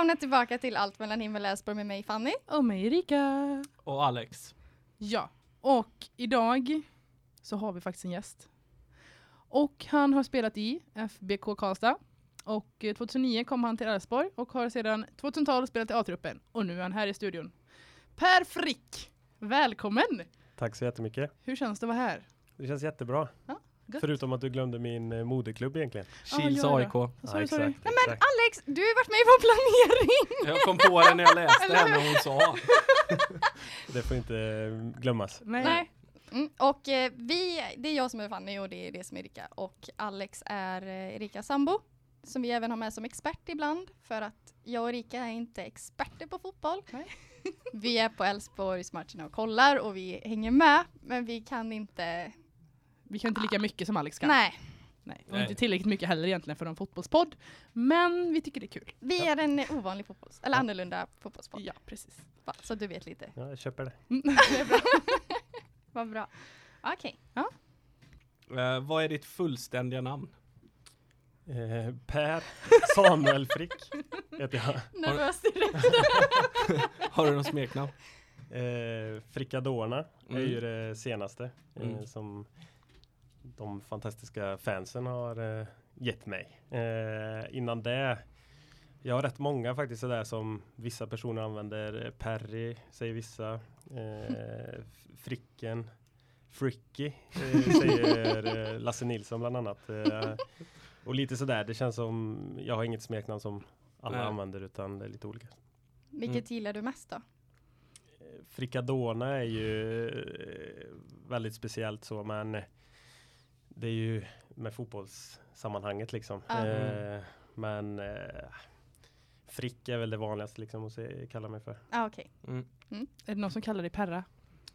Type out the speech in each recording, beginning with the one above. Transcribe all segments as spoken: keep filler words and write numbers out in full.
Välkomna tillbaka till Allt mellan himmel och Älvsborg med mig Fanny. Och mig Erika. Och Alex. Ja, och idag så har vi faktiskt en gäst. Och han har spelat i F B K Karlstad. Och tjugohundranio kom han till Älvsborg och har sedan tjugohundratolv spelat i A-truppen. Och nu är han här i studion. Per Frick, välkommen! Tack så jättemycket. Hur känns det att vara här? Det känns jättebra. Ja, gött. Förutom att du glömde min eh, moderklubb egentligen. Kils ja, A I K. Sorry, sorry. exakt, Nej men exakt. Alex, du har varit med på planering. Jag kom på det när jag läste henne och hon sa. Det får inte eh, glömmas. Nej. Nej. Mm. Och eh, vi, det är jag som är Fanny och det är det som är Erika. Och Alex är eh, Erikas sambo. Som vi även har med som expert ibland. För att jag och Erika är inte experter på fotboll. Nej. Vi är på Älvsborgs matcherna och kollar och vi hänger med. Men vi kan inte... Vi kan inte lika mycket som Alex kan. Nej, Nej. Och Nej. inte tillräckligt mycket heller egentligen för en fotbollspodd. Men vi tycker det är kul. vi är en ovanlig fotbolls... Eller annorlunda fotbollspodd. Ja, precis. Bara, så du vet lite. Ja, jag köper det. Det är bra. Vad bra. Okej. Eh, vad är ditt fullständiga namn? Eh, Per Samuel Frick heter jag. Nervös direkt. Har du någon smeknamn? Eh, Frickadorna Mm. är ju det senaste eh, Mm. som de fantastiska fansen har eh, gett mig. Eh, innan det, jag har rätt många faktiskt sådär som vissa personer använder. Perry säger vissa. Eh, Fricken. Fricky eh, säger eh, Lasse Nilsson bland annat. Eh, och lite sådär, det känns som, jag har inget smeknamn som alla Nej. använder utan det är lite olika. Vilket gillar du mest då? Frickadona är ju eh, väldigt speciellt så, men det är ju med fotbollssammanhanget liksom. Ja. Eh, men eh, Frick är väl det vanligaste liksom att se, kalla mig för. Ah, okej. Mm. Är det någon som kallar dig Perra?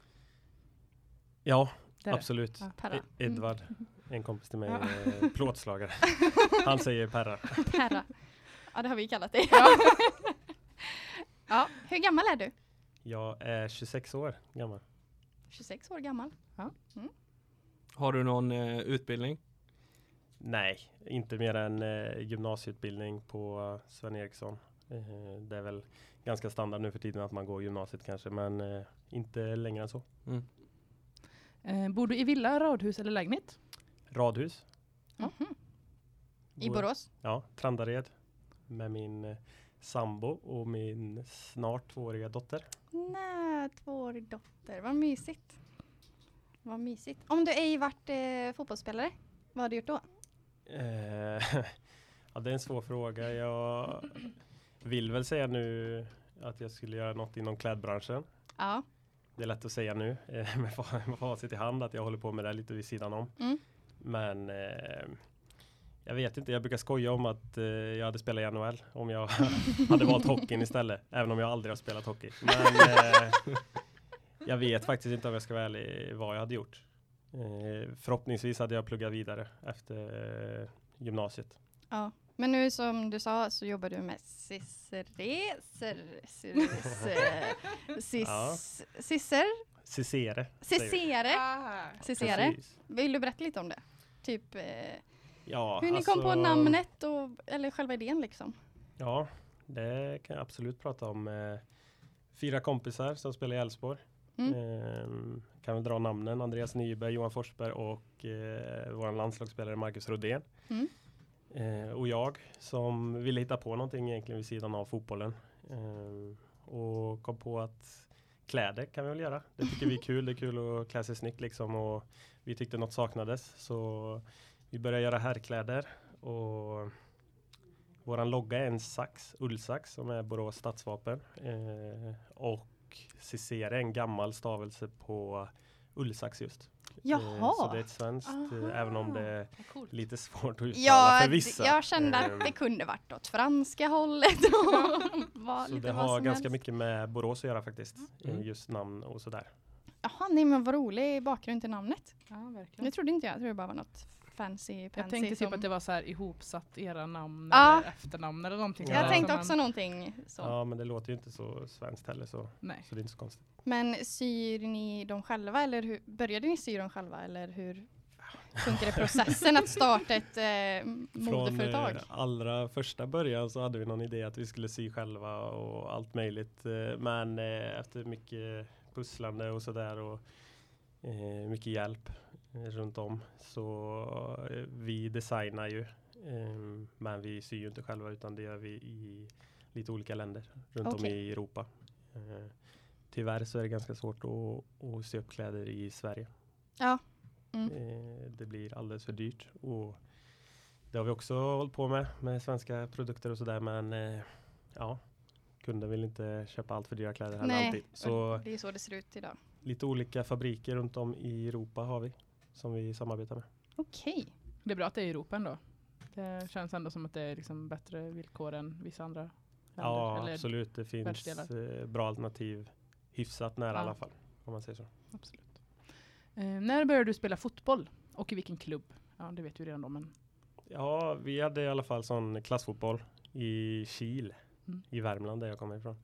Ja, Det är det. absolut. Ja, Perra. E- Edvard, en kompis till mig, Ja. eh, plåtslagare. Han säger Perra. Perra. Ja, det har vi kallat det. Ja. Ja, hur gammal är du? Jag är tjugosex år gammal. tjugosex år gammal. Har du någon eh, utbildning? Nej, inte mer än eh, gymnasieutbildning på Sven Eriksson. Eh, det är väl ganska standard nu för tiden att man går gymnasiet kanske, men eh, inte längre än så. Mm. Eh, bor du i villa, radhus eller lägenhet? Radhus. Mhm. I Bor- Borås? Ja, Trandared. Med min eh, sambo och min snart tvååriga dotter. Nej, tvåårig dotter. Vad mysigt. Vad mysigt. Om du ej varit eh, fotbollsspelare, vad har du gjort då? Eh, ja, det är en svår fråga. Jag vill väl säga nu att jag skulle göra något inom klädbranschen. Ja. Det är lätt att säga nu eh, med fa- med facit i hand att jag håller på med det lite vid sidan om. Mm. Men eh, jag vet inte, jag brukar skoja om att eh, jag hade spelat i N H L om jag hade valt hockeyn istället. Även om jag aldrig har spelat hockey. Men eh, jag vet faktiskt inte om jag ska vara ärlig vad jag hade gjort. Eh, förhoppningsvis hade jag pluggat vidare efter eh, gymnasiet. Ja. Men nu som du sa så jobbar du med Cicere. Ja. Cicer? Cicere. säger vi. Cicere? Cicere? Precis. Vill du berätta lite om det? Typ eh, Ja, hur ni alltså, kom på namnet och, eller själva idén liksom. Ja, det kan jag absolut prata om. Eh, fyra kompisar som spelar i Älvsborg. Mm. Eh, kan vi dra namnen. Andreas Nyberg, Johan Forsberg och eh, vår landslagsspelare Marcus Rodén. Mm. Eh, och jag som ville hitta på någonting egentligen vid sidan av fotbollen. Eh, och kom på att kläder kan vi väl göra. Det tycker vi är kul. Det är kul att klä sig snyggt liksom. Och vi tyckte något saknades. Så vi började göra herrkläder. Och våran logga är en sax, ullsax som är Borås stadsvapen. Eh, och Cicere är en gammal stavelse på ullsax just. Jaha. Eh, så det är ett svenskt, Aha. eh, även om det är Vad coolt. lite svårt att uttala Ja, för vissa. d- jag kände Ehm, att det kunde varit åt franska hållet. Och var Så lite det vad har som ganska helst. mycket med Borås att göra faktiskt. Mm. Eh, Just namn och sådär. Jaha, nej men vad rolig bakgrund till namnet. Ja, Det verkligen. trodde inte jag. Jag trodde det bara var något fancy, Jag fancy tänkte typ som... att det var så här ihopsatt era namn Ja. eller efternamn eller någonting. Jag Ja. tänkte Som också man- någonting så. Ja, men det låter ju inte så svenskt heller så, Nej. så det är inte så konstigt. Men syr ni dem själva eller hur, började ni sy dem själva eller hur? funkar i processen att starta ett eh, modeföretag? Från eh, allra första början så hade vi någon idé att vi skulle sy själva och allt möjligt. Eh, men eh, efter mycket pusslande och sådär och eh, mycket hjälp eh, runt om så eh, vi designar ju. Eh, men vi syr ju inte själva utan det gör vi i lite olika länder runt Okej. om i Europa. Eh, tyvärr så är det ganska svårt att, att sy upp kläder i Sverige. Ja. Mm. Eh, det blir alldeles för dyrt och det har vi också hållit på med med svenska produkter och sådär men eh, ja, kunden vill inte köpa allt för dyra kläder heller alltid. Nej, Så det är så det ser ut idag. lite olika fabriker runt om i Europa har vi som vi samarbetar med. Okej. Det är bra att det är i Europa ändå. Det känns ändå som att det är liksom bättre villkor än vissa andra länder. Ja, eller- absolut. Det finns världsdelar. eh, bra alternativ hyfsat nära Ja. i alla fall om man säger så. Absolut. Eh, när började du spela fotboll? Och i vilken klubb? Ja, det vet vi redan då, men... Ja, vi hade i alla fall sån klassfotboll i Kil Mm. i Värmland där jag kommer ifrån.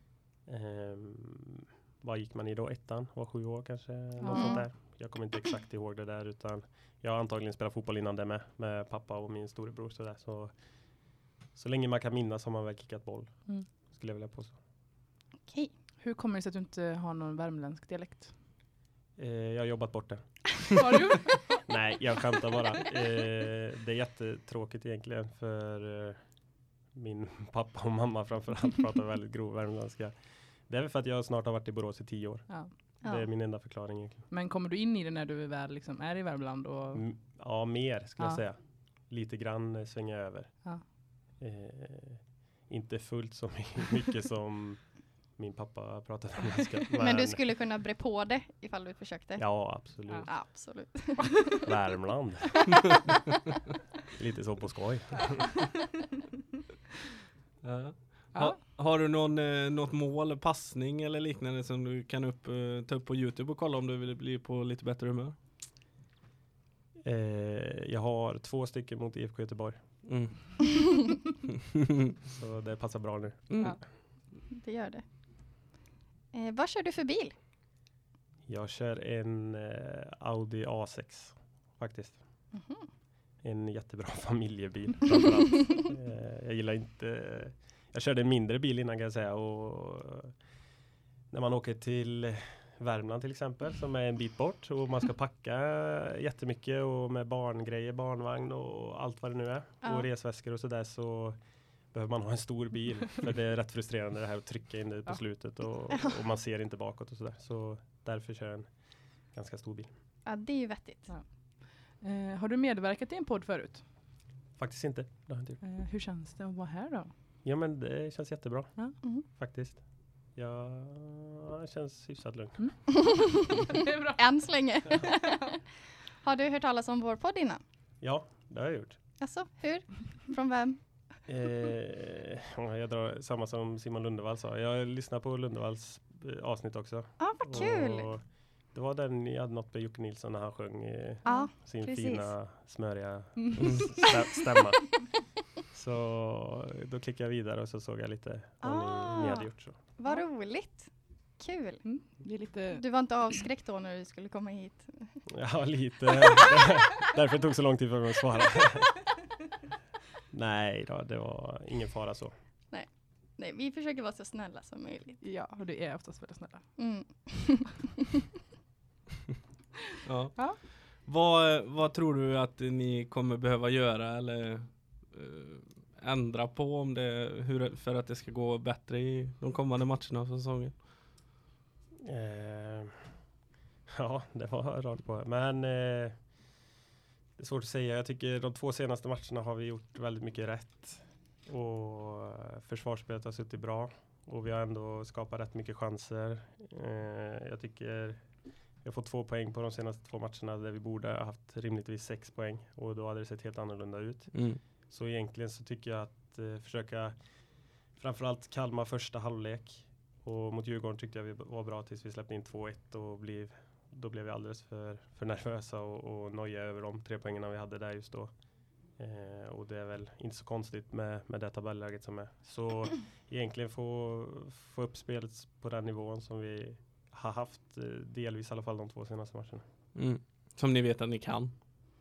Ehm, vad gick man i då? Ettan? Var sju år kanske? Något Ja. sånt där. Jag kommer inte exakt ihåg det där utan jag har antagligen spelat fotboll innan det med. Med pappa och min storebror sådär. Så, så länge man kan minnas har man väl kickat boll. Mm. Skulle jag vilja påstå. Okej. Hur kommer det sig att du inte har någon värmländsk dialekt? Eh, jag har jobbat bort det. Har du? Nej, jag skämtar bara. Eh, det är jättetråkigt egentligen för eh, min pappa och mamma framförallt pratar väldigt grov värmländska. Det är väl för att jag snart har varit i Borås i tio år. Ja. Det är Ja. min enda förklaring egentligen. Men kommer du in i det när du väl liksom är i Värmland? Och... Mm, ja, mer skulle Ja. jag säga. Lite grann eh, svänga över. Ja. Eh, inte fullt så my- mycket som min pappa pratar värmländska. Men du skulle kunna bre på det ifall du försökte? Ja, absolut. Ja. Absolut. Värmland. Lite så på skoj. Ja. Ja. Ha, har du någon, eh, något mål, passning eller liknande som du kan upp, eh, ta upp på YouTube och kolla om du vill bli på lite bättre humör? Eh, jag har två stycken mot I F K Göteborg. Mm. Så det passar bra nu. Mm. Ja. Det gör det. Eh, vad kör du för bil? Jag kör en eh, Audi A sex faktiskt. Mhm. En jättebra familjebil framförallt. eh, jag gillar inte... Jag körde en mindre bil innan kan jag säga. Och när man åker till Värmland till exempel som är en bit bort och man ska packa jättemycket och med barngrejer, barnvagn och allt vad det nu är. Ja. Och resväskor och sådär så behöver man ha en stor bil. För det är rätt frustrerande det här att trycka in det på Ja. slutet och, och man ser inte bakåt och sådär. Så därför kör jag en ganska stor bil. Ja, det är ju vettigt. Ja. Eh, har du medverkat i en podd förut? Faktiskt inte. Det har jag inte gjort. Eh, hur känns det att vara här då? Ja men det känns jättebra Mm. faktiskt. Ja, det känns hyfsat lugnt. Det är bra. Än så länge. Har du hört talas om vår podd innan? Ja, det har jag gjort. Alltså, hur? Från vem? Eh, ja, jag drar samma som Simon Lundevall sa. Jag lyssnar på Lundevalls eh, avsnitt också. Ja, ah, vad kul. Och det var den jag hade något med Jocke Nilsson när han sjöng eh, Ja, sin precis. fina, smöriga Mm. stä- stämma. Så då klickade jag vidare och så såg jag lite vad Ah. ni, ni hade gjort. Så. vad roligt. Kul. Mm. Det är lite... Du var inte avskräckt då när du skulle komma hit? Ja, lite. Därför tog det så lång tid för mig att svara. Nej då, det var ingen fara så. Nej, vi försöker vara så snälla som möjligt. Ja, och du är oftast väldigt snälla. Mm. Ja. Ja. Vad, vad tror du att ni kommer behöva göra eller eh, ändra på om det, hur, för att det ska gå bättre i de kommande matcherna av säsongen? Eh, ja, det var rakt på. Men eh, det är svårt att säga. Jag tycker de två senaste matcherna har vi gjort väldigt mycket rätt. Och försvarsspelet har suttit bra. Och vi har ändå skapat rätt mycket chanser. Eh, jag tycker vi har fått två poäng på de senaste två matcherna där vi borde ha haft rimligtvis sex poäng. Och då hade det sett helt annorlunda ut. Mm. Så egentligen så tycker jag att eh, försöka framförallt Kalmar första halvlek. Och mot Djurgården tyckte jag vi var bra tills vi släppte in två ett och blev, då blev vi alldeles för, för nervösa och, och noja över de tre poängerna vi hade där just då. Eh, och det är väl inte så konstigt med, med det tabelläget som är. Så egentligen få, få upp spelet på den nivån som vi har haft eh, delvis i alla fall de två senaste matcherna. Mm. Som ni vet att ni kan.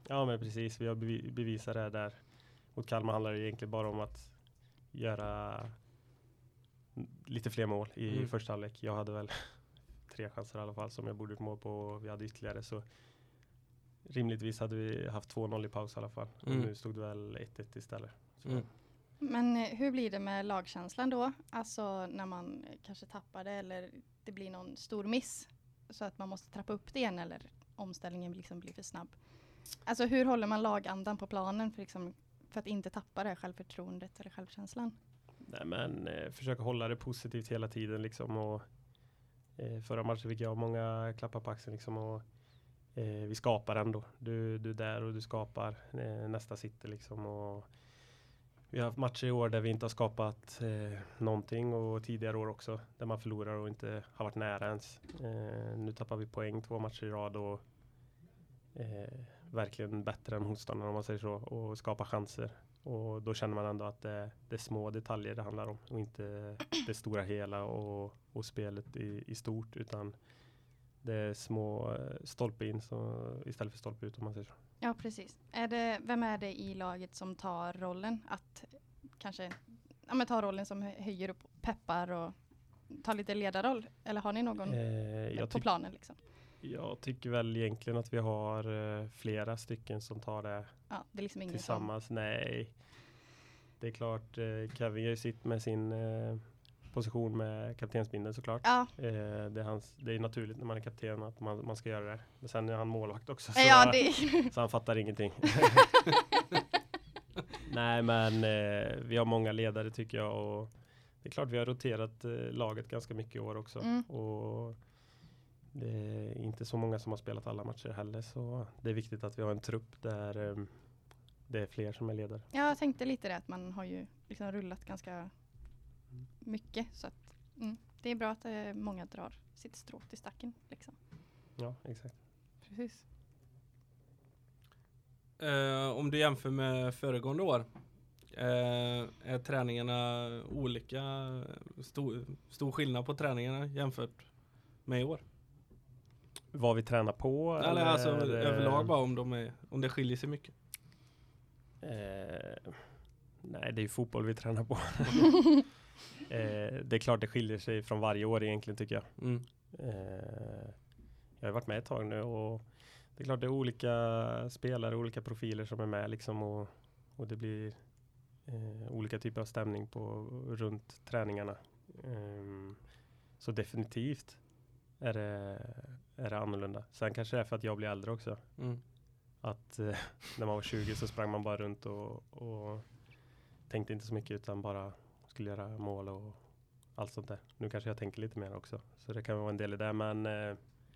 Ja, men precis. Vi har bevi- bevisat det där. Mot Kalmar handlar det egentligen bara om att göra lite fler mål i Mm. första halvlek. Jag hade väl tre chanser i alla fall som jag borde gjort mål på, och vi hade ytterligare, så rimligtvis hade vi haft två noll i paus i alla fall. Mm. Och nu stod det väl ett ett istället. Så. Mm. Men eh, hur blir det med lagkänslan då? Alltså när man eh, kanske tappar det eller det blir någon stor miss så att man måste trappa upp det igen eller omställningen liksom blir för snabb. Alltså hur håller man lagandan på planen för, liksom, för att inte tappa det här självförtroendet eller självkänslan? Nej, men eh, försöka hålla det positivt hela tiden liksom, och eh, förra matchen fick jag många klappar på axeln liksom, och eh, vi skapar ändå. Du, du är där och du skapar, eh, nästa sitter liksom, och vi har haft matcher i år där vi inte har skapat eh, någonting, och tidigare år också där man förlorar och inte har varit nära ens. Eh, nu tappar vi poäng två matcher i rad och eh, verkligen bättre än motståndarna om man säger så, och skapar chanser. Och då känner man ändå att det, det är små detaljer det handlar om och inte det stora hela och, och spelet i, i stort, utan det är små stolpe in så, istället för stolpe ut om man säger så. Ja, precis. Är det, vem är det i laget som tar rollen att kanske ja, men tar rollen som höjer upp, peppar och tar lite ledarroll? Eller har ni någon Eh, jag, på tyck, planen liksom? jag tycker väl egentligen att vi har eh, flera stycken som tar det Ja, det är liksom ingen tillsammans. Nej, det är klart eh, Kevin gör sitt med sin eh, position med kaptensbindeln såklart. som... Ja, Eh, det, är hans, det är naturligt när man är kapten att man, man ska göra det. Men sen är han målvakt också. Så, ja det så han fattar ingenting. Nej, men eh, vi har många ledare tycker jag. Och det är klart vi har roterat eh, laget ganska mycket i år också. Mm. Och det är inte så många som har spelat alla matcher heller. Så det är viktigt att vi har en trupp där eh, det är fler som är ledare. Ja, jag tänkte lite det att man har ju liksom rullat ganska mycket så att mm, det är bra att eh, många drar sitt strå till stacken liksom. Ja, exakt. Precis. Eh, om du jämför med föregående år, eh, är träningarna olika, stor, stor skillnad på träningarna jämfört med i år? Vad vi tränar på? Eller, eller alltså överlag bara om, de är, om det skiljer sig mycket. Eh, nej, det är ju fotboll vi tränar på. eh, det är klart det skiljer sig från varje år egentligen tycker jag. Mm. Eh, jag har varit med ett tag nu och det är klart det är olika spelare, olika profiler som är med liksom, och, och det blir eh, olika typer av stämning på, runt träningarna. Eh, så definitivt är det, är det annorlunda. Sen kanske det är för att jag blir äldre också. Mm. Att eh, när man var tjugo så sprang man bara runt och, och tänkte inte så mycket utan bara skulle göra mål och allt sånt där. Nu kanske jag tänker lite mer också. Så det kan vara en del i det. Men eh,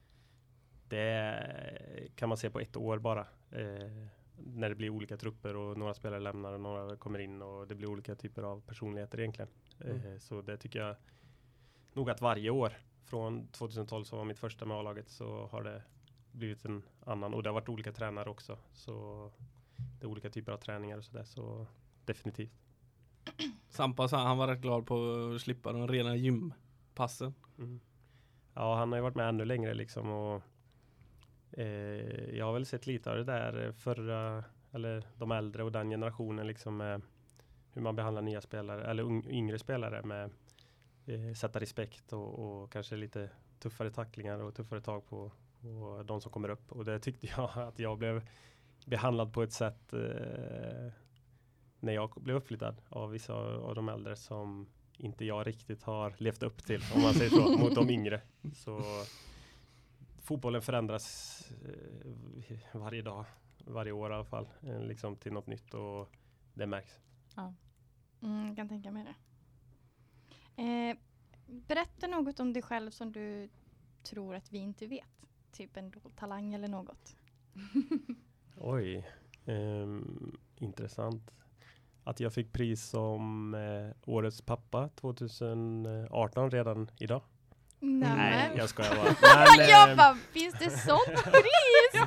det kan man se på ett år bara. Eh, när det blir olika trupper och några spelare lämnar och några kommer in. Och det blir olika typer av personligheter egentligen. Mm. Eh, så det tycker jag nog att varje år. Från tjugohundratolv som var mitt första med A-laget så har det blivit en annan. Och det har varit olika tränare också. Så det är olika typer av träningar och sådär. Så definitivt. Sampa sa han var rätt glad på att slippa de rena gympassen. Mm. Ja, han har ju varit med ännu längre liksom. Och, eh, jag har väl sett lite av det där förra, eller de äldre och den generationen liksom. Eh, hur man behandlar nya spelare, eller un- yngre spelare med eh, sätta respekt och, och kanske lite tuffare tacklingar och tuffare tag på, på de som kommer upp. Och det tyckte jag att jag blev behandlad på ett sätt eh, när jag blev uppflyttad av vissa av de äldre som inte jag riktigt har levt upp till, om man säger så, mot de yngre. Så fotbollen förändras eh, varje dag, varje år i alla fall, eh, liksom till något nytt och det märks. Ja. Mm, jag kan tänka mig det. Eh, berätta något om dig själv som du tror att vi inte vet. Typ en talang eller något. Oj, ehm, intressant. Att jag fick pris som eh, årets pappa tjugoarton redan idag. Nej, Nej, men- jag skojar bara. Men, jag ehm, bara, finns det sånt pris?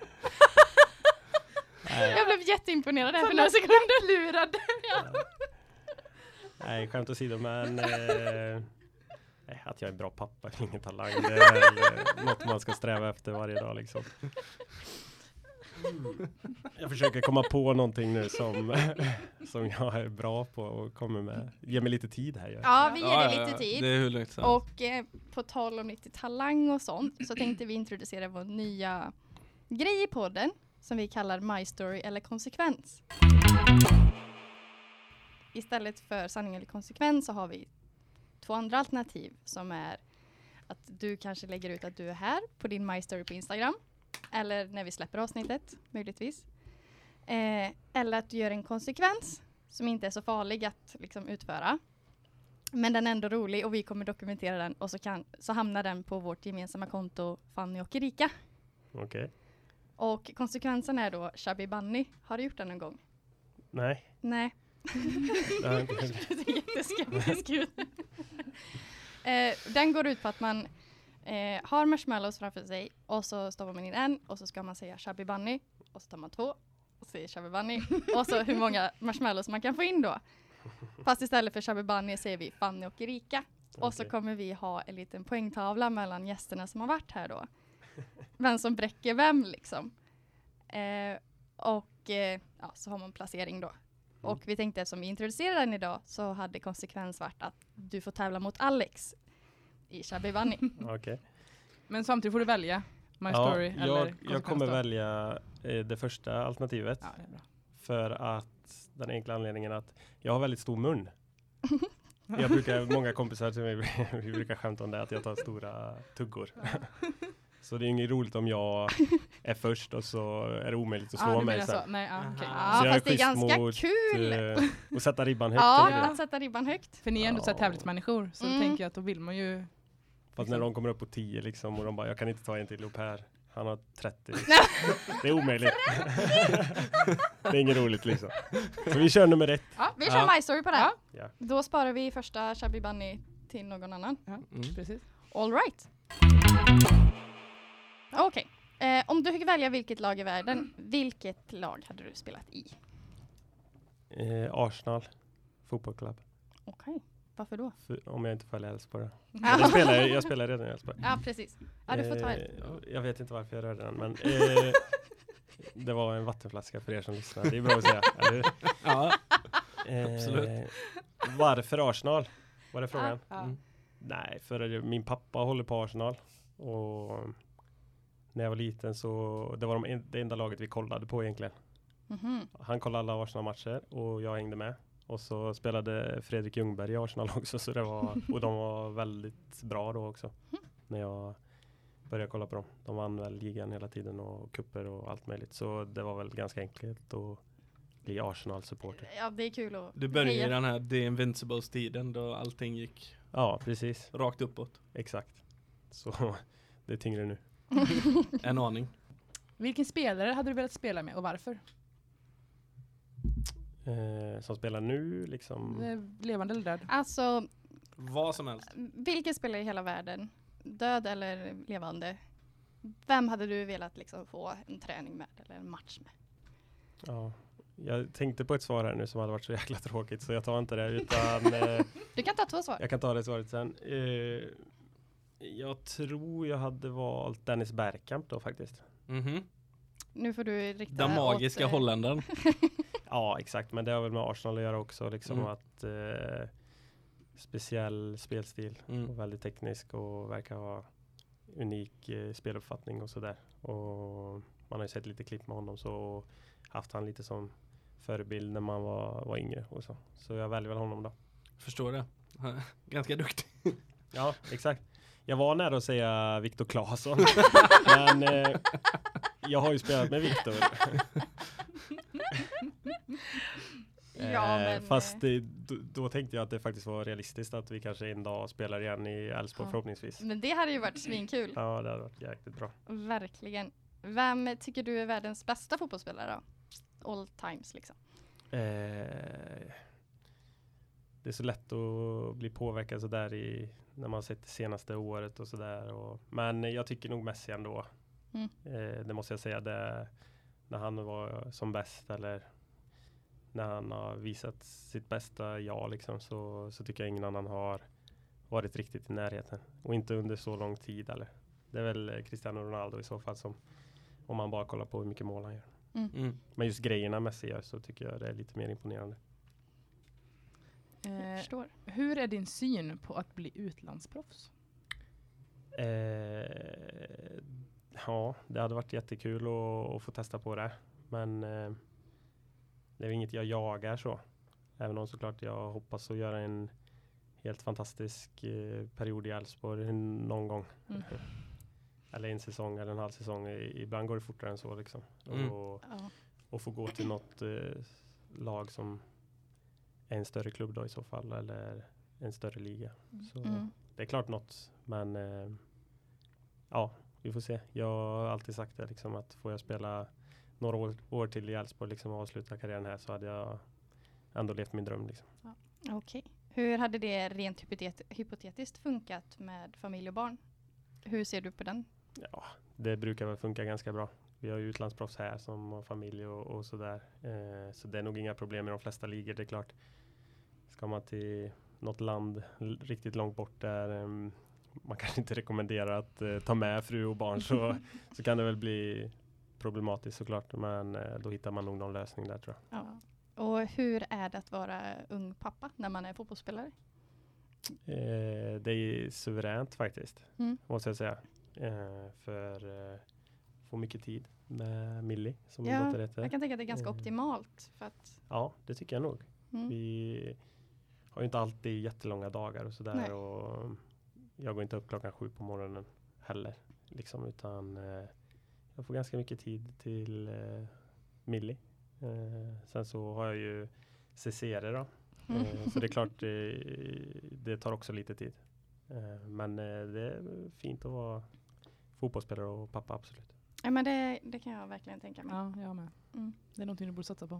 nej, Jag blev jätteimponerad här för Så några lätt sekunder. lurad. nej, skämt åsido, men eh, nej, att jag är en bra pappa är ingen talang. Det är väl eh, något man ska sträva efter varje dag liksom. Jag försöker komma på någonting nu som, som jag är bra på och kommer med. Ge mig lite tid här. Ja, vi ger Ja, dig ja, lite tid. Det är hur lugnt som helst. Och eh, på tal om lite talang och sånt så tänkte vi introducera vår nya grej i podden som vi kallar My Story eller konsekvens. Istället för sanning eller konsekvens så har vi två andra alternativ som är att du kanske lägger ut att du är här på din My Story på Instagram eller när vi släpper avsnittet möjligtvis. Eh, eller att du gör en konsekvens som inte är så farlig att liksom utföra. Men den är ändå rolig och vi kommer dokumentera den och så, kan, så hamnar den på vårt gemensamma konto Fanny och Erika. Okej. Okay. Och konsekvensen är då Chubby Bunny. Har du gjort den någon gång? Nej. Nej. Det har jag inte. Du ser jätteskeptisk ut. eh, den går ut på att man eh, har marshmallows framför sig och så stoppar man in en och så ska man säga Chubby Bunny och så tar man två och säger Chubby Bunny och så hur många marshmallows man kan få in då. Fast istället för Chubby Bunny säger vi Fanny och Erika. Och Okay. så kommer vi ha en liten poängtavla mellan gästerna som har varit här då. Vem som bräcker vem liksom. Eh, och eh, ja, så har man placering då. Och vi tänkte eftersom vi introducerade den idag så hade konsekvens varit att du får tävla mot Alex i Chubby Bunny. Okej. Okay. Men samtidigt får du välja My Ja, Story eller jag, konsekvens jag kommer då. välja eh, det första alternativet. Ja, det är bra. För att den enkla anledningen att jag har väldigt stor mun. Jag brukar, många kompisar till mig, vi brukar skämta om det, att jag tar stora tuggor. Så det är inget roligt om jag är först och så är det omöjligt att slå Ah, du mig menar sen. så. Nej, ah, okej. Ja, Så jag är fast det är schysst ganska mot, kul. eh, och sätta ribban högt. Ja, eller det? att sätta ribban högt. För ni är ändå så här Ja. tävlingsmänniskor så Mm. då tänker jag att då vill man ju... Fast när de kommer upp på tio liksom och de bara, jag kan inte ta en till upp här. Han har trettio. Det är omöjligt. Det är inget roligt liksom. Så vi kör nummer ett. Ja, vi kör Ja. My Story på det. Ja. Ja. Då sparar vi första Chubby Bunny till någon annan. Ja, Mm. precis. All right. Okej. Eh, om du fick välja vilket lag i världen, vilket lag hade du spelat i? Eh, Arsenal fotbollsklubb. Okej. Varför då? För, om jag inte följer Elfsborg. Ja. Jag spelar, jag spelar redan i Elfsborg. Ja, precis. Ja, du får ta ett. Eh, jag vet inte varför jag rörde den, men eh, det var en vattenflaska för er som lyssnar. Det är bra att säga, eller hur? Ja, Eh, Absolut. Varför Arsenal? Var det frågan? Ja. Mm. Nej, för min pappa håller på Arsenal. Och när jag var liten så det var de en, det enda laget vi kollade på egentligen. Mhm. Han kollade alla Arsenal-matcher och jag hängde med. Och så spelade Fredrik Ljungberg i Arsenal också. Så det var, och de var väldigt bra då också. När jag började kolla på dem. De vann väl ligan hela tiden och kupper och allt möjligt. Så det var väl ganska enkelt att bli Arsenal-supporter. Ja, det är kul att du började i heja. den här The Invincibles-tiden då allting gick Ja, precis. rakt uppåt. Exakt. Så det är tyngre nu. En aning. Vilken spelare hade du velat spela med och varför? Eh, som spelar nu liksom. Eh, Levande eller död? Alltså, Vad som helst. vilken spelare i hela världen, död eller levande, vem hade du velat liksom få en träning med eller en match med? Ja. Jag tänkte på ett svar här nu som hade varit så jäkla tråkigt så jag tar inte det utan eh, Du kan ta två svar. jag kan ta det svaret sen. Eh, jag tror jag hade valt Dennis Bergkamp då faktiskt. Mhm. Nu får du rikta Den magiska åt, eh, holländaren. Ja, exakt. Men det har väl med Arsenal att göra också. Liksom Mm. att eh, speciell spelstil Mm. och väldigt teknisk och verkar ha unik eh, speluppfattning och sådär. Och man har ju sett lite klipp med honom så haft han lite som förebild när man var, var yngre och så. Så jag väljer väl honom då. Förstår det. Ganska duktig. Ja, exakt. Jag var nära att säga Viktor Claesson. men eh, jag har ju spelat med Viktor. Ja, Eh, men, fast eh, det, då, då tänkte jag att det faktiskt var realistiskt att vi kanske en dag spelar igen i Elfsborg Ja. förhoppningsvis. Men det hade ju varit svinkul. Ja, det hade varit jäkligt bra. Verkligen. Vem tycker du är världens bästa fotbollsspelare då? All times liksom. Eh, det är så lätt att bli påverkad så där i när man sett det senaste året och sådär. Och, men jag tycker nog Messi ändå. Mm. Eh, det måste jag säga. Det, när han var som bäst eller när han har visat sitt bästa jag liksom, så, så tycker jag ingen annan har varit riktigt i närheten. Och inte under så lång tid. Eller. Det är väl Cristiano Ronaldo i så fall som om man bara kollar på hur mycket mål han gör. Mm. Mm. Men just grejerna Messi gör så tycker jag det är lite mer imponerande. Jag Eh, förstår. hur är din syn på att bli utlandsproffs? Eh, ja, det hade varit jättekul att, att få testa på det. Men eh, det är inget jag jagar så. Även om såklart jag hoppas att göra en helt fantastisk eh, period i Elfsborg någon gång. Mm. Eller en säsong eller en halv säsong. I- Ibland går det fortare än så liksom. Mm. Och, Ja. och få gå till något eh, lag som är en större klubb då i så fall. Eller en större liga. Så Mm. det är klart något. Men eh, ja, vi får se. Jag har alltid sagt det liksom, att får jag spela några år, år till i Elfsborg liksom, och avsluta karriären här så hade jag ändå levt min dröm. Liksom. Okej. Hur hade det rent hypotet- hypotetiskt funkat med familj och barn? Hur ser du på den? Ja, det brukar väl funka ganska bra. Vi har ju utlandsproffs här som har familj och, och sådär. Eh, så det är nog inga problem med de flesta ligor, det är klart. Ska man till något land l- riktigt långt bort där um, man kanske inte rekommenderar att uh, ta med fru och barn så, så kan det väl bli problematiskt såklart. Men uh, då hittar man nog någon lösning där tror jag. Ja. Och hur är det att vara ung pappa när man är fotbollsspelare? Eh, det är suveränt faktiskt, Mm. måste jag säga. Eh, för uh, få mycket tid med Millie som min Ja, dotter heter. jag kan tänka att det är ganska Mm. optimalt. För att, Ja, det tycker jag nog. mm. Vi har ju inte alltid jättelånga dagar och Nej. sådär. Och jag går inte upp klockan sju på morgonen heller. Liksom, utan eh, jag får ganska mycket tid till eh, Millie. Eh, sen så har jag ju C C R då. Mm. Eh, så det är klart, eh, det tar också lite tid. Eh, men eh, det är fint att vara fotbollsspelare och pappa, absolut. Ja, men det, det kan jag verkligen tänka mig. Ja, jag med. Mm. Det är någonting du borde satsa på.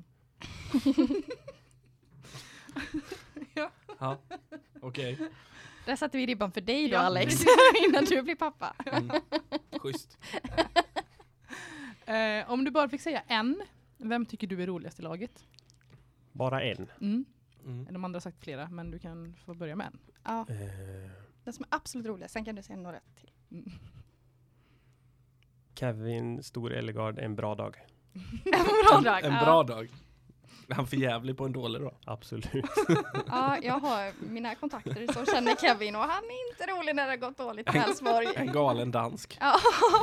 Ja, okej. Där satte vi ribban för dig då, Ja. Alex, innan du blir pappa. Mm. Schysst. Eh, om du bara fick säga en, vem tycker du är roligast i laget? Bara en. Mm. Mm. De andra har sagt flera, men du kan få börja med en. Ja, Eh, den som är absolut roligast. Sen kan du säga några till. Mm. Kevin Stor-Ellegard, en bra dag. bra En, dag. en Ja. bra dag. Är han för jävlig på en dålig då? Absolut. Ja, jag har mina kontakter som känner Kevin och han är inte rolig när det har gått dåligt på Elfsborg. En galen dansk. Ja.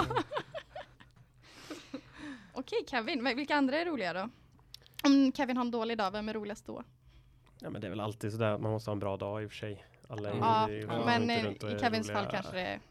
Okej, Kevin. Men vilka andra är roliga då? Om Kevin har en dålig dag, vem är roligast då? Ja, men det är väl alltid sådär att man måste ha en bra dag i och för sig. Alla är ju- Ja, är ju men inte eh, runt och i är Kevins roliga. fall kanske det är...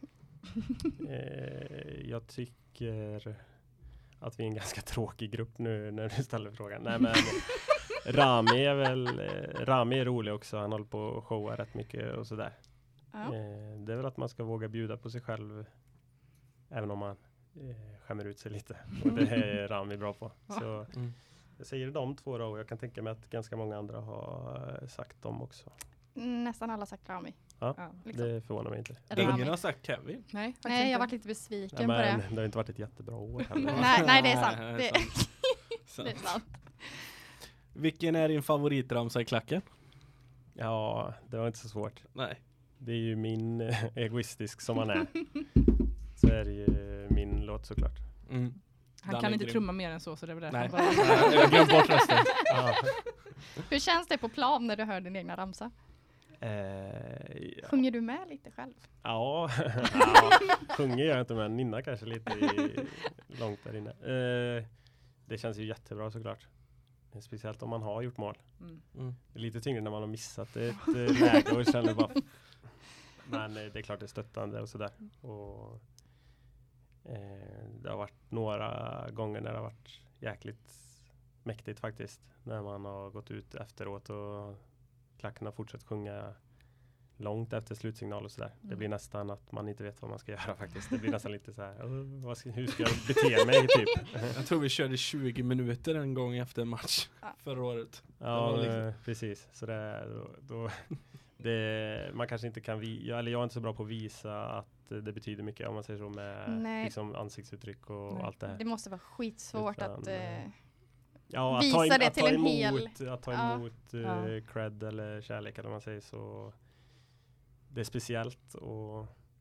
Eh, jag tycker att vi är en ganska tråkig grupp nu när du ställer frågan. Nej, men Rami är väl eh, Rami är rolig också. Han håller på att showa rätt mycket och sådär. Ja. Eh, det är väl att man ska våga bjuda på sig själv även om man eh, skämmer ut sig lite. Och det är Rami bra på. Så Mm. jag säger de två då och jag kan tänka mig att ganska många andra har eh, sagt dem också. Nästan alla har sagt Rami. Ja. Liksom. Det förvånar mig inte. Rami. Ingen har sagt Kevin. Nej, faktiskt Nej, jag har inte. varit lite besviken Nej, på men det. det har inte varit ett jättebra år heller. Nej, nej, det är sant. Nej, Det, sant. Sant. det är sant. Vilken är din favoritramsa i klacken? Ja, det var inte så svårt. Nej. Det är ju min eh, egoistisk som man är. Så är det ju min låt såklart. Mm. Han Den kan är inte grym. trumma mer än så, så det är väl därför Nej. han bara... Nej, jag har glömt bort rösten. Ja. Hur känns det på plan när du hör din egna ramsa? Eh, ja. Sjunger du med lite själv? Ja, ja. Sjunger jag inte men nynnar kanske lite i, långt där inne. Eh, det känns ju jättebra såklart. Speciellt om man har gjort mål. Mm. Mm. Det är lite tyngre när man har missat ett eh, läge och känner bara... Men eh, det är klart det är stöttande och sådär. Och, eh, det har varit några gånger när det har varit jäkligt mäktigt faktiskt. När man har gått ut efteråt och klacken har fortsatt sjunga långt efter slutsignal och sådär. Det Mm. blir nästan att man inte vet vad man ska göra faktiskt. Det blir nästan lite så här, "Åh, vad ska, hur ska jag bete mig typ? Jag tror vi körde tjugo minuter en gång efter en match Ja. förra året. Ja, var men, liksom- precis. Så det, då, då, det, man kanske inte kan vi, eller jag är inte så bra på att visa att det betyder mycket om man säger så med Nej. liksom ansiktsuttryck och Nej. allt det här. Det måste vara skitsvårt Utan, att... eh, Eh, Ja, att visa ta, in, det att till ta en emot, hel- att ta Ja. emot eh, Ja. cred eller kärlek eller vad man säger så det är speciellt och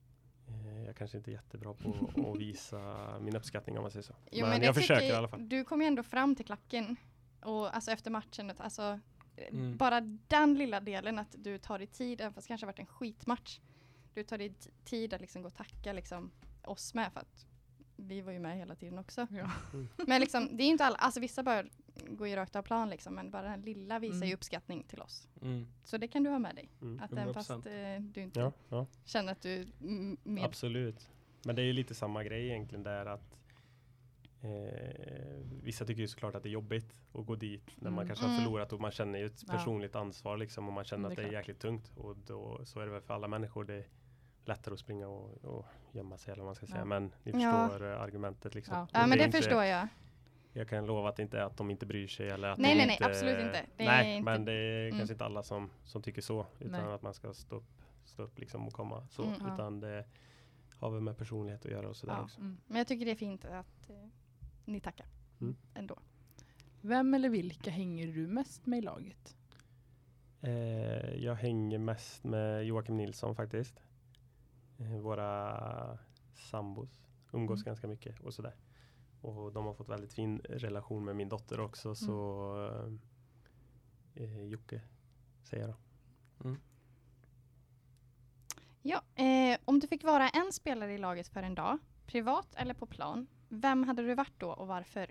eh, jag kanske inte är jättebra på att visa min uppskattning om man säger så. Jo, men men det jag försöker tycker- i alla fall. Du kom ju ändå fram till klacken. Och alltså efter matchen, att- alltså Mm. bara den lilla delen att du tar dig tid, även fast det kanske har varit en skitmatch. Du tar dig t- tid att liksom gå och tacka liksom oss med, för att vi var ju med hela tiden också. Ja. Men liksom, det är ju inte alla, alltså vissa bara går ju rakt av plan liksom, men bara den lilla visar Mm. ju uppskattning till oss. Mm. Så det kan du ha med dig. Mm. Att även hundra fast procent. eh, du inte Ja, ja. känner att du mm, med. Absolut. Men det är ju lite samma grej egentligen där att eh, vissa tycker ju såklart att det är jobbigt att gå dit när man Mm. kanske har Mm. förlorat och man känner ju ett Ja. personligt ansvar liksom och man känner Det är att det är klart. jäkligt tungt och då så är det väl för alla människor det är lättare att springa och, och gömma sig eller vad man ska säga. Ja. Men ni Ja. förstår eh, argumentet liksom. Ja. Och Ja, men är det inte- förstår jag. Jag kan lova att det inte är att de inte bryr sig eller att Nej, de nej, nej, inte, absolut inte. Det är nej, inte- men det är Mm. kanske inte alla som, som tycker så utan Nej. att man ska stå upp, stå upp liksom och komma så. Mm. Ja. Utan det har väl med personlighet att göra och sådär Ja. också. Mm. Men jag tycker det är fint att eh, ni tackar. Mm. Ändå. Vem eller vilka hänger du mest med i laget? Eh, jag hänger mest med Joakim Nilsson faktiskt. Eh, våra sambos umgås Mm. ganska mycket och sådär. Och de har fått väldigt fin relation med min dotter också så eh, Jocke säger jag då. Ja, eh, om du fick vara en spelare i laget för en dag, privat eller på plan, vem hade du varit då och varför?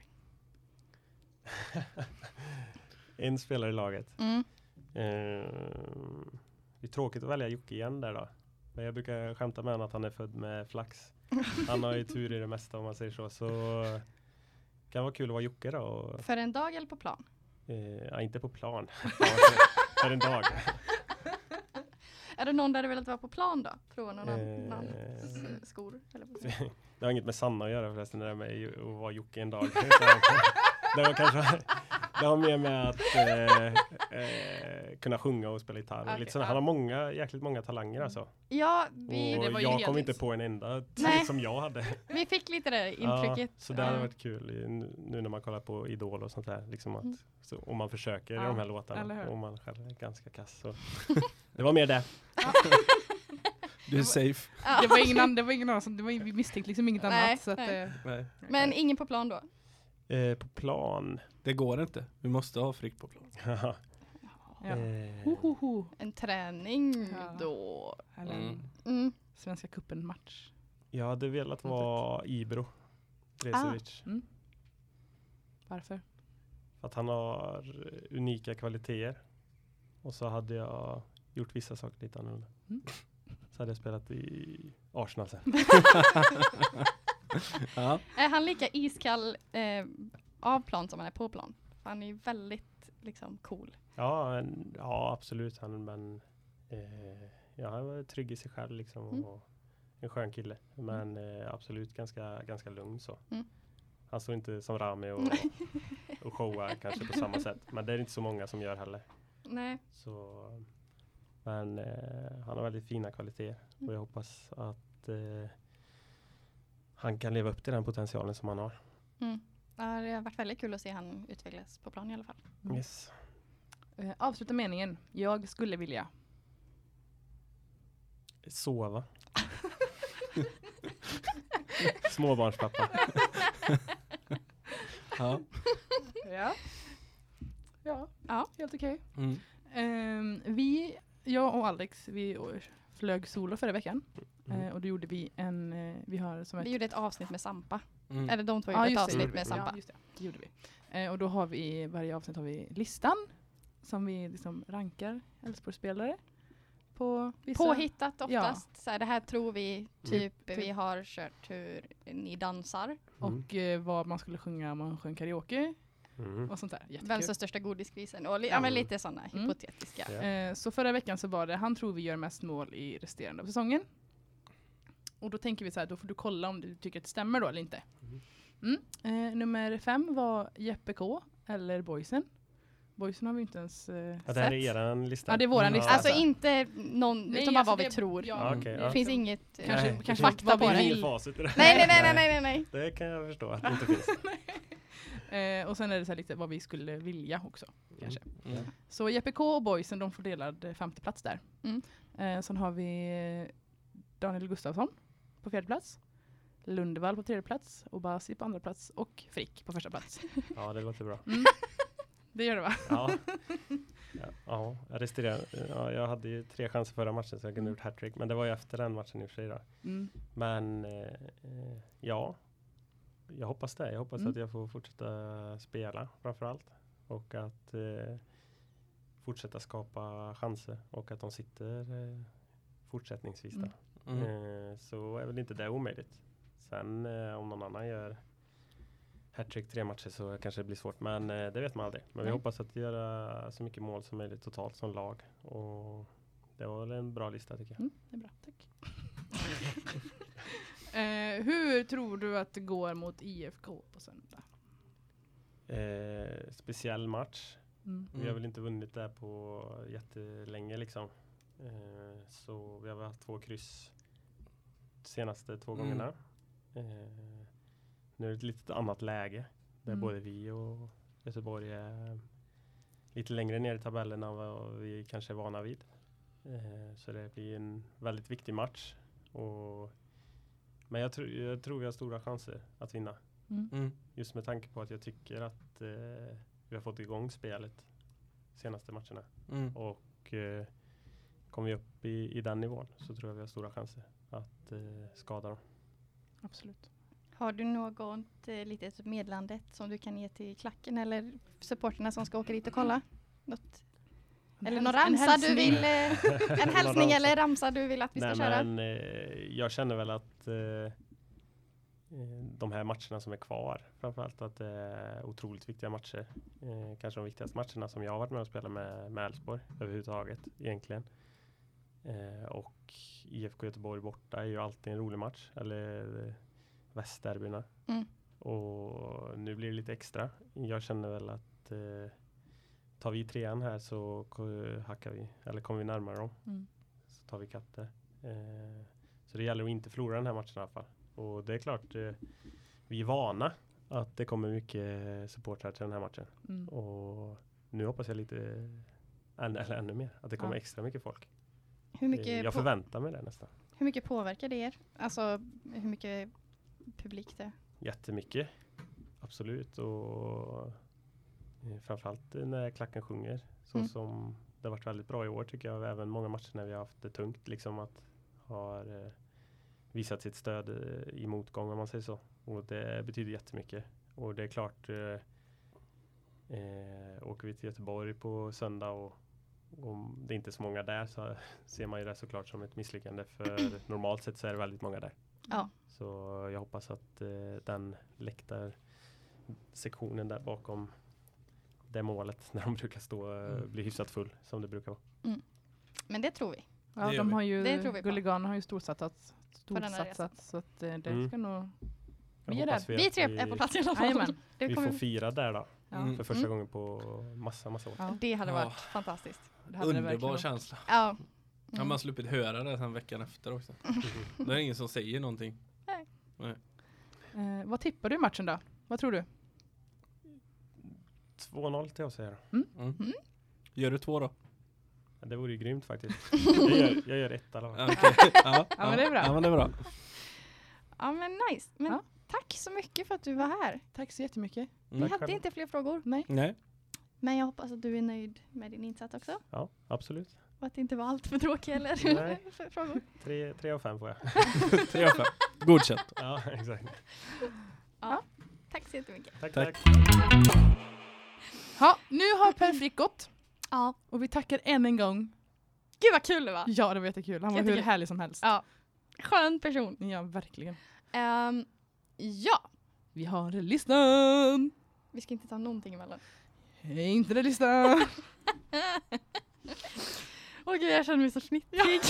En spelare i laget. Mm. Eh, det är tråkigt att välja Jocke igen där då. Men jag brukar skämta med honom att han är född med flax. Han har ju tur i det mesta om man säger så. Så kan vara kul att vara Jocke då. Och, För en dag eller på plan? eh, ja, inte på plan. För en dag. Är det någon där du velat vara på plan då? Från någon Eh. annan s- skor? Eller vad säger jag? Det har inget med Sanna att göra förresten. Det där med ju- att vara Jocke en dag. Det var kanske... Det har mer med att eh, eh, kunna sjunga och spela gitarr. Och Okej, lite sådär. ja. Han har många, jäkligt många talanger alltså. Ja, vi, Och det var ju jag helt- kom inte på en enda Nej. t- som jag hade. vi fick lite det intrycket. Ja, så det hade Ja. varit kul i- nu nu när man kollar på Idol och sånt där. Liksom att, Mm. så, om man försöker Ja, i de här eller låtarna. hur? Och man själv är ganska kass. Så. Det var mer det. Du är safe. Ja. Det var ingen annan, det var ingen annan som, det var, vi misstänkte liksom inget Nej, annat. Så att, nej. eh, Nej, Men ingen på plan då? Eh, på plan. det går inte. Vi måste ha Frick på plan. ja. eh, Ho, ho, ho. En träning Ja. då? Eller en Mm. Mm. Svenska cupen-match. jag hade velat vara Ibro. Resovic. Mm. Varför? För att han har unika kvaliteter. Och så hade jag gjort vissa saker lite annorlunda. Mm. Så hade jag spelat i Arsenal sen. Ja. Är han lika iskall eh, av plan som han är på plan? Han är ju väldigt liksom cool. Ja, en, ja absolut. Han, men eh, ja, han var trygg i sig själv liksom. Mm. Och en skön kille. Men eh, absolut ganska, ganska lugn så. Mm. Han står inte som Rami och, och showar kanske på samma sätt. Men det är inte så många som gör heller. Nej. Så, men eh, han har väldigt fina kvaliteter. Och jag hoppas att eh, han kan leva upp till den potentialen som han har. Mm. Ja, det har varit väldigt kul att se han utvecklas på plan i alla fall. Mm. Yes. Eh, avsluta meningen. Jag skulle vilja. Sova. Småbarnspappa. Ja. Ja. Ja, Ja. helt okej. Mm. Ehm, vi, jag och Alex, vi flög solo förra veckan. Mm. Eh, och då gjorde vi en, eh, vi har som ett... Vi gjorde ett avsnitt med Sampa. Mm. Eller de två Ja, gjorde ett just det, avsnitt gjorde vi. med Sampa. Ja, just det, det gjorde vi. Eh, och då har vi, i varje avsnitt har vi listan som vi liksom rankar Elfsborgsspelare på vissa... Påhittat oftast. Så här, det här tror vi, typ vi har kört hur ni dansar. Mm. Och eh, vad man skulle sjunga om man sjöng karaoke Mm. och sånt där. Jättekul. Vem som största godisgrisen. Och li- ja, men Mm. lite sådana Mm. hypotetiska. Ja. Eh, så förra veckan så var det, han tror vi gör mest mål i resterande av säsongen. Och då tänker vi så här, då får du kolla om du tycker att det stämmer då eller inte. Mm. Eh, nummer fem var Jeppe K. eller Boysen. Boysen har vi inte ens eh, Ja, sett. det här är eran lista. Ja, det är våran lista. Alltså alltså. inte någon, Nej, utan bara alltså vad vi det- tror. ja, Ja, okej, Det ja. finns inget... Kanske- Nej, kanske det fakta vad vi bara. finns vill. inget facit i det. Nej, nej, nej, nej, nej, nej, nej. Det kan jag förstå att det inte finns. Eh, och sen är det så här lite vad vi skulle vilja också. Kanske. Mm. Så Jeppe K och Boysen, de får delad eh, femte plats där. Mm. Eh, sen har vi eh, Daniel Gustafsson på fjärde plats. Lundevall på tredje plats. Obasi på andra plats. Och Frick på första plats. Ja, det låter bra. Mm. Det gör det va? Ja, ja, ja jag resterade. Ja, jag hade ju tre chanser förra matchen så jag kunde gjort hattrick. Men det var ju efter den matchen i och för sig då. Mm. Men eh, eh, ja, jag hoppas det. Jag hoppas Mm. att jag får fortsätta spela framförallt. Och att eh, fortsätta skapa chanser. Och att de sitter eh, fortsättningsvis där. Mm. Eh, så är väl inte det omöjligt. Sen eh, om någon annan gör hattrick tre matcher så kanske det blir svårt. Men eh, det vet man aldrig. Men vi Nej. hoppas att göra så mycket mål som möjligt totalt som lag. Och det var väl en bra lista tycker jag. Mm, det är bra, tack. eh, hur tror du att det går mot I F K på söndag? Eh, speciell match. Mm. Vi har väl inte vunnit där på jättelänge liksom. Eh, så vi har haft två kryss senaste två Mm. gångerna. Eh, nu är det ett lite annat läge. Där Mm. både vi och Göteborg är lite längre ner i tabellen än vad vi kanske är vana vid. Eh, så det blir en väldigt viktig match. Och, men jag, tr- jag tror vi har stora chanser att vinna. Mm. Mm. Just med tanke på att jag tycker att eh, vi har fått igång spelet senaste matcherna. Mm. Och eh, kommer vi upp i, i den nivån så tror jag vi har stora chanser att eh, skada dem. Absolut. Har du något eh, litet meddelande som du kan ge till klacken eller supporterna som ska åka dit och kolla? Något, eller någon häls- en ramsa du hälsning. vill, eh, en hälsning ramsa. eller ramsa du vill att vi ska Nej, köra? men eh, jag känner väl att eh, eh, de här matcherna som är kvar, framförallt att det är otroligt viktiga matcher. Eh, kanske de viktigaste matcherna som jag har varit med och spelat med med Elfsborg överhuvudtaget egentligen. Eh, och I F K Göteborg borta är ju alltid en rolig match. Eller eh, västderbyna. Mm. Och nu blir det lite extra. Jag känner väl att eh, tar vi trean här så ko- hackar vi, eller kommer vi närmare dem. Mm. Så tar vi kapp där. Eh, så det gäller att inte förlora den här matchen i alla fall. Och det är klart, eh, vi är vana att det kommer mycket supportrar till den här matchen. Mm. Och nu hoppas jag lite, än, eller ännu mer, att det kommer Ja. extra mycket folk. Hur Eh, mycket, jag på, förväntar mig det nästan. hur mycket påverkar det er? Alltså hur mycket publik det är? Jättemycket, absolut. Och eh, framförallt när klacken sjunger. Så Mm. som det har varit väldigt bra i år tycker jag. Även många matcher när vi har haft det tungt. Liksom att har eh, visat sitt stöd eh, i motgång om man säger så. Och det betyder jättemycket. Och det är klart, eh, eh, åker vi till Göteborg på söndag och om det inte är så många där så ser man ju det såklart som ett misslyckande. För normalt sett så är det väldigt många där. Ja. Så jag hoppas att eh, den läktarsektionen där bakom det målet när de brukar stå eh, Mm. blir hyfsat full som det brukar vara. Men det tror vi. Ja, Det gör de vi. har ju, Det tror vi på. Gulliganerna har ju storsatsat, den här storsatsat så att eh, det Mm. ska nog... Jag Vi är hoppas där. Vi att tre är på plats i alla fall. Jajamän. Det, Vi kommer, får fira där då. Ja. Mm. För första Mm. gången på massa, massa år. Ja. det hade varit Ja. fantastiskt. Det hade det Underbar verkligen. känsla. Ja. Har Mm. man sluppit höra det sen veckan efter också. Det är ingen som säger någonting. Eh, vad tippar du i matchen då? Vad tror du? två noll till oss här. Mm. Mm. Gör du två då? Ja, det vore ju grymt faktiskt. jag, gör, jag gör ett i alla fall. Ja, okej. Ja, Ja, men det är bra. Ja, men det är bra. Ja men nice. Men Ja. tack så mycket för att du var här. Tack så jättemycket. Vi Mm. hade själv. inte fler frågor. Nej. Nej. Men jag hoppas att du är nöjd med din insats också. Ja, absolut. Och att det inte var allt för tråkiga eller Nej. för frågor. Tre, tre av fem får jag. Tre av fem. Godkänt. Ja, exakt. Ja. Tack så jättemycket. Tack, Tack. tack. Ja, nu har Per Frick gått Ja. och vi tackar än en gång. Gud vad kul det var. Ja, det var jättekul. Han var hur Jättekul. härlig som helst. Ja. Skön person. Ja, verkligen. Ehm, ja. Vi har listan. Vi ska inte ta någonting emellan. Hej, inte det listan. Åh gud, jag känner mig så snittrig.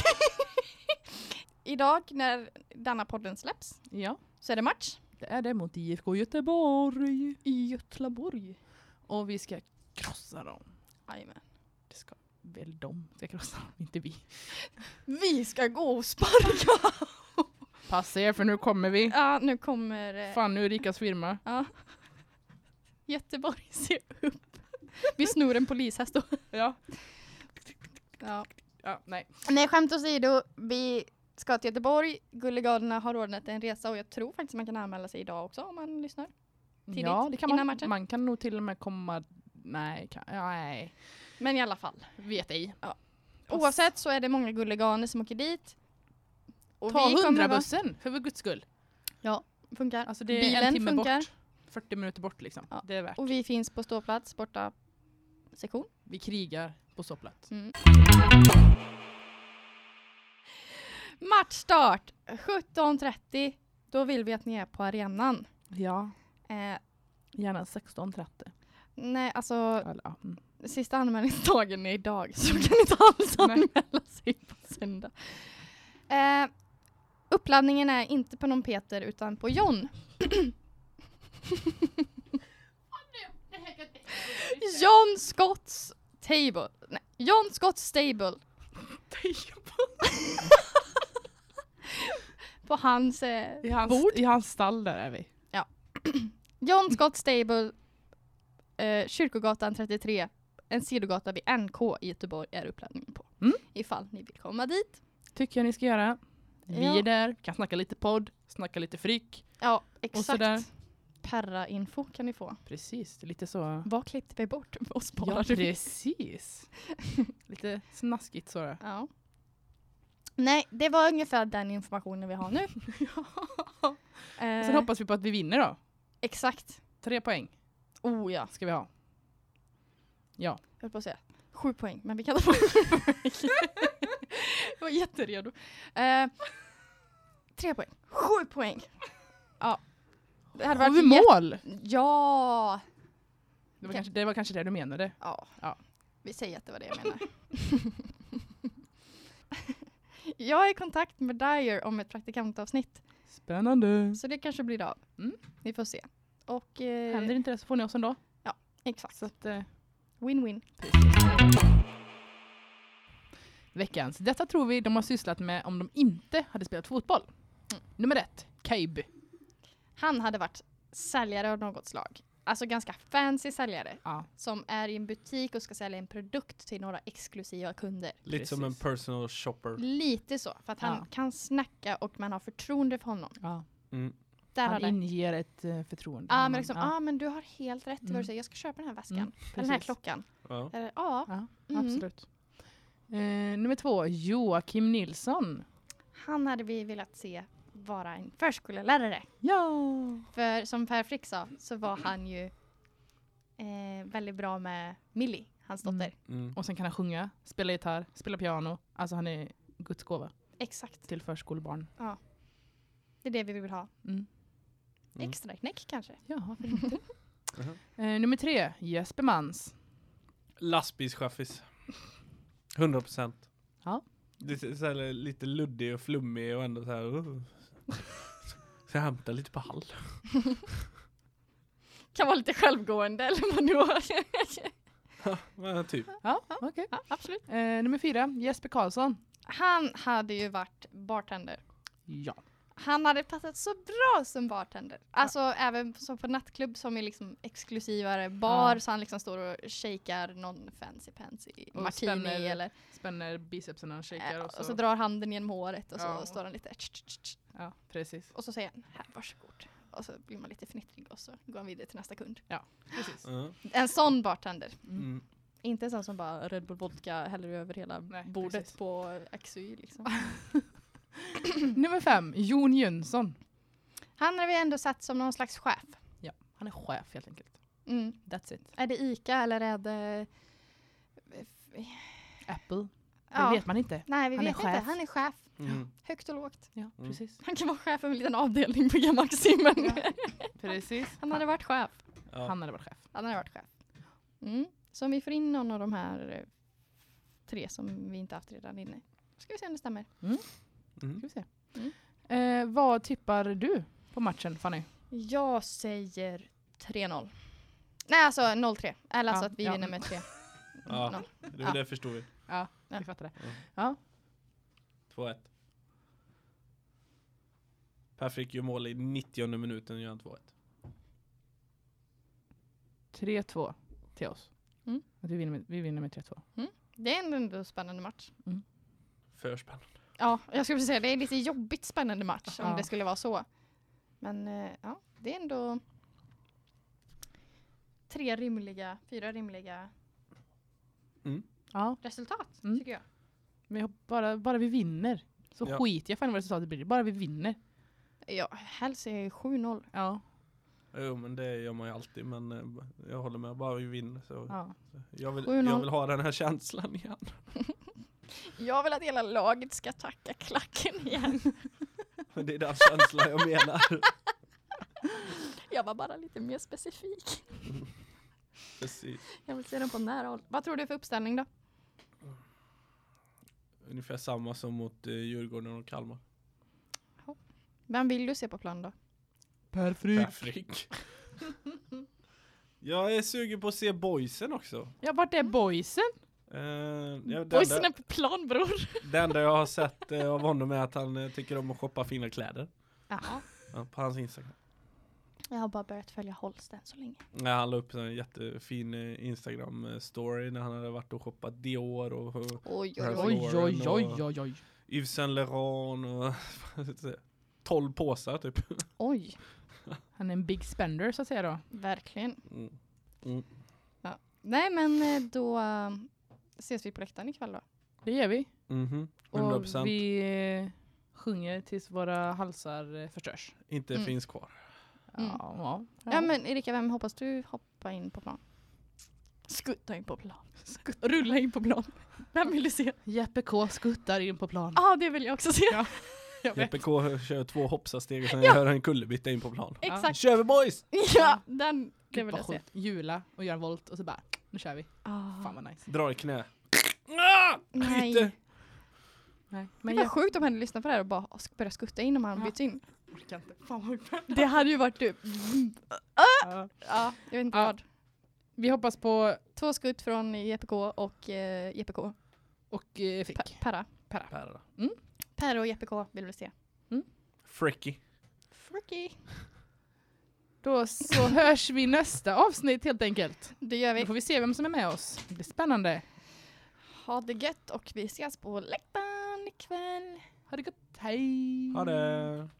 Idag när denna podden släpps Ja, så är det match. det är det mot I F K Göteborg. I Göteborg. Och vi ska krossa dem. Jajamän. Det ska väl de ska krossa dem, inte vi. Vi ska gå och sparka. Passa er för nu kommer vi. Ja, nu kommer... eh, Fan, nu är Rikas firma. Ja. Göteborg, se upp. Vi snor en polishäst då. Ja. Ja. Ja, nej. Nej, skämt åsido. Vi ska till Göteborg. Gulligaderna har ordnat en resa och jag tror faktiskt man kan anmäla sig idag också om man lyssnar. Tidigt, ja, det kan innan man. matchen. Man kan nog till och med komma... Nej, kan, ja, nej. Men i alla fall. Vet ej. Ja. Oavsett så är det många gulliganer som åker dit. Och Ta vi kommer hundrabussen, för guds skull. vara- funkar. Alltså det är Bilen en timme funkar. bort. fyrtio minuter bort liksom. Ja. Det är värt. Och vi finns på ståplats borta sektion. Vi krigar på ståplats. Mm. Matchstart sjutton trettio. Då vill vi att ni är på arenan. Ja, Eh, gärna sexton trettio. nej, alltså Eller, ja. mm. sista anmälningsdagen är idag så kan ni inte alls Nej. anmäla sig på söndag. Eh, uppladdningen är inte på någon Peter utan på John. John Scotts table. Nej, John Scotts stable. På hans eh, I hans, bord. I hans stall där är vi. John Scott Stable, eh, Kyrkogatan trettiotre, en sidogata vid N K i Göteborg är uppladdningen på. Mm. Ifall ni vill komma dit. Tycker jag ni ska göra. Vi Ja. är där, kan snacka lite podd, snacka lite frick. Ja, sådär. exakt. Perra-info kan ni få. Precis, det är lite så. Vad klippte vi bort och Ja, sparade vi? precis. Lite snaskigt så. Ja. Nej, det var ungefär den informationen vi har nu. eh, Sen hoppas vi på att vi vinner då. Exakt. Tre poäng Oh ja, ska vi ha. Ja. jag höll på att säga. Sju poäng, men vi kan ta få sju poäng. Jag var jätteredo. Eh, tre poäng. Sju poäng. Ja. Det hade Sju varit jätte- mål! Ja. Det var, kanske, det var kanske det du menade. Ja. Ja. Vi säger att det var det jag menar. Jag är i kontakt med Dyer om ett praktikantavsnitt. Spännande. Så det kanske blir av. Mm. Vi får se. Och eh, Händer inte det så får ni oss ändå. exakt. Så att, eh, Win-win. veckans. Detta tror vi de har sysslat med om de inte hade spelat fotboll. Mm. Nummer ett. Kaib. Han hade varit säljare av något slag. Alltså ganska fancy säljare. Ja. Som är i en butik och ska sälja en produkt till några exklusiva kunder. Lite som en Precis. personal shopper. Lite så. För att han Ja. kan snacka och man har förtroende för honom. Ja. Mm. Där Han hade inger ett uh, förtroende. Ja, Man- men liksom, ja. ah, men du har helt rätt. Mm. Vad du säger. Jag ska köpa den här väskan. Mm, Eller den här precis. klockan. Ja. Eller, ja. Ja, Mm. absolut. Eh, nummer två. Joakim Nilsson. Han hade vi velat se vara en förskollärare. Ja. För som Per Frick sa så var han ju eh, väldigt bra med Millie, hans Mm. dotter. Mm. Och sen kan han sjunga, spela gitarr, spela piano. Alltså han är Guds gåva Exakt. till förskolebarn. Det är det vi vill ha. Mm. Mm. Extra knäck kanske. Ja, varför inte? Mhm. eh, nummer tre. Jesper Mans. Lastbilschaffis. hundra procent. Ja. Det är så här lite luddig och flummig och ändå så här. Uh. Så jag hämtar lite på Hall. Kan vara lite självgående eller vadå? Ja, typ. Ja, okej. Ja, absolut. Eh, nummer fyra. Jesper Karlsson. Han hade ju varit bartender. Ja. Han hade passat så bra som bartender. Alltså även som på nattklubb som är liksom exklusivare bar Ja. så han liksom står och shakar någon fancy pansy Och martini spänner eller Spänner bicepsen när han shakar. äh, och, så. och så drar handen genom håret och så Ja. står han lite tsch, tsch, tsch, Ja, precis. och så säger han här varsågod. Och så blir man lite fnittrig och så går han vidare till nästa kund. precis. Ja. En sån bartender. Mm. Inte en sån som bara Red Bull vodka häller över hela Nej, bordet precis. på X Y liksom. Nummer fem. Jon Jönsson. Han har vi ändå sett som någon slags chef. Ja, han är chef helt enkelt. Mm. That's it. Är det ICA eller är det... Apple. Ja. Det vet man inte. Nej, vi Han är vet inte. chef. Han är chef. Mm. Högt och lågt. Ja, Mm. precis. Han kan vara chef för en liten avdelning på G-Maxi, men Ja. Precis. han hade varit chef. Ja. Han hade varit chef. Han hade varit chef. Mm. Så om vi får in någon av de här eh, tre som vi inte haft redan inne. Ska vi se om det stämmer. Mm. Ska vi se. Mm. Eh, vad tippar du på matchen, Fanny? Jag säger tre noll. Nej, alltså noll tre. Eller alltså Ja, att vi ja. vinner med tre. Ja. noll. Det, Ja. det förstår vi. Ja, Ja. vi fattar det. Ja. Ja. två ett. Per fick ju mål i nittionde minuten och gör han två ett. tre två till oss. Mm. Att vi, vinner med, vi vinner med tre två. Det är ändå en spännande match. För spännande. Ja, jag skulle säga det är lite jobbigt spännande match Ja. om det skulle vara så. Men eh, ja, det är ändå tre rimliga, fyra rimliga Ja, resultat, Mm. tycker jag. men jag, bara, bara vi vinner. Så Ja. skit jag fan vad resultatet blir. Bara vi vinner. Ja, helst är det sju noll. Ja. Jo, men det gör man ju alltid. Men eh, jag håller med, bara vi vinner. Så. ja. Jag, vill, sju noll. jag vill ha den här känslan igen. Jag vill att hela laget ska tacka klacken igen. Men det är den känslan jag menar. Jag var bara lite mer specifik. Precis. Jag vill se den på nära håll. Vad tror du för uppställning då? Ungefär samma som mot eh, Djurgården och Kalmar. Vem vill du se på plan då? Per Per Frick. Jag är sugen på att se boysen också. Ja, vart är boysen? Uh, ja, den, Boysen är där, på plan, bror. det enda jag har sett uh, av honom är att han uh, tycker om att shoppa fina kläder. Jaha. Ja, på hans Instagram. Jag har bara börjat följa Holsten så länge. Ja, han la upp en jättefin uh, Instagram-story när han hade varit och shoppat Dior och uh, Oj, oj, Ralph oj. Oj, oj, oj, oj, oj. Yves Saint Laurent och tolv påsar typ. Oj, Han är en big spender så att säga då. verkligen. Mm. Mm. Nej, men eh, då eh, ses vi på läktaren ikväll då. Det gör vi. Mhm. hundra Och procent vi eh, sjunger tills våra halsar eh, förstörs. inte Mm. finns kvar. Mm. Ja, ja, Ja, men Erika, vem hoppas du hoppa in på plan? Skutta in på plan. Skutt. Rulla in på plan. Vem vill du se? Jeppe K skuttar in på plan. Ja, ah, det vill jag också se. Ja. Jag vet. Jeppe K kör två hoppsasteg och sen Ja. gör han en kullerbytta in på plan. Exakt. Kör vi boys! Ja, den det Gud vill vad jag se. sjukt. Jula och göra en volt och så bara, nu kör vi. Ah. Fan vad nice. Drar i knä. Ah! Nej. Skytte! Nej, Men men det var jag sjukt om han lyssnade på det här och bara sk- började skutta in om han Ja. byts in. orkar inte. Fan vad sjukt. Det hade ju varit typ... Ja. Ja, jag vet inte Ja. vad. Vi hoppas på Två skutt från Jeppe K och eh, Jeppe K. och eh, Per- fick. Perra. Per då. Per och Jeppe K vill vi se. Fricky. Fricky. Då så hörs vi nästa avsnitt helt enkelt. Det gör Då vi. får vi se vem som är med oss. Det blir spännande. Ha det gött och vi ses på läktaren ikväll. Ha det gott. Hej. Ha det!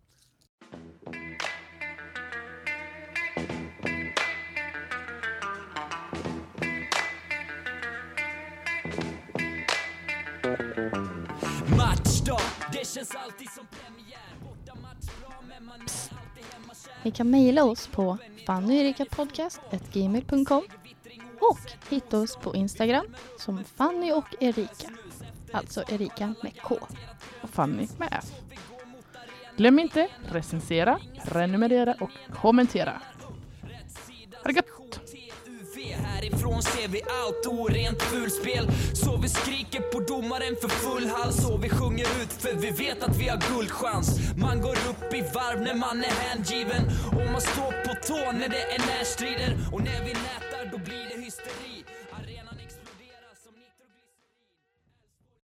Matchdag, det känns alltid som premiär. Borta match bra men man är alltid hemma kär. Ni kan mejla oss på fannyerikapodcast at gmail punkt com och hitta oss på Instagram som Fanny och Erika. Alltså Erika med K. Och Fanny med F. Glöm inte recensera, prenumerera och kommentera. Ha det gött. U V härifrån ser vi allt orent fulspel. Så vi skriker på domaren för full hals. Och vi sjunger ut för vi vet att vi har guldchans. Man går upp i varv när man är hängiven. Och man står på tå när det är närstrider. Och när vi nätar då blir det hysteri.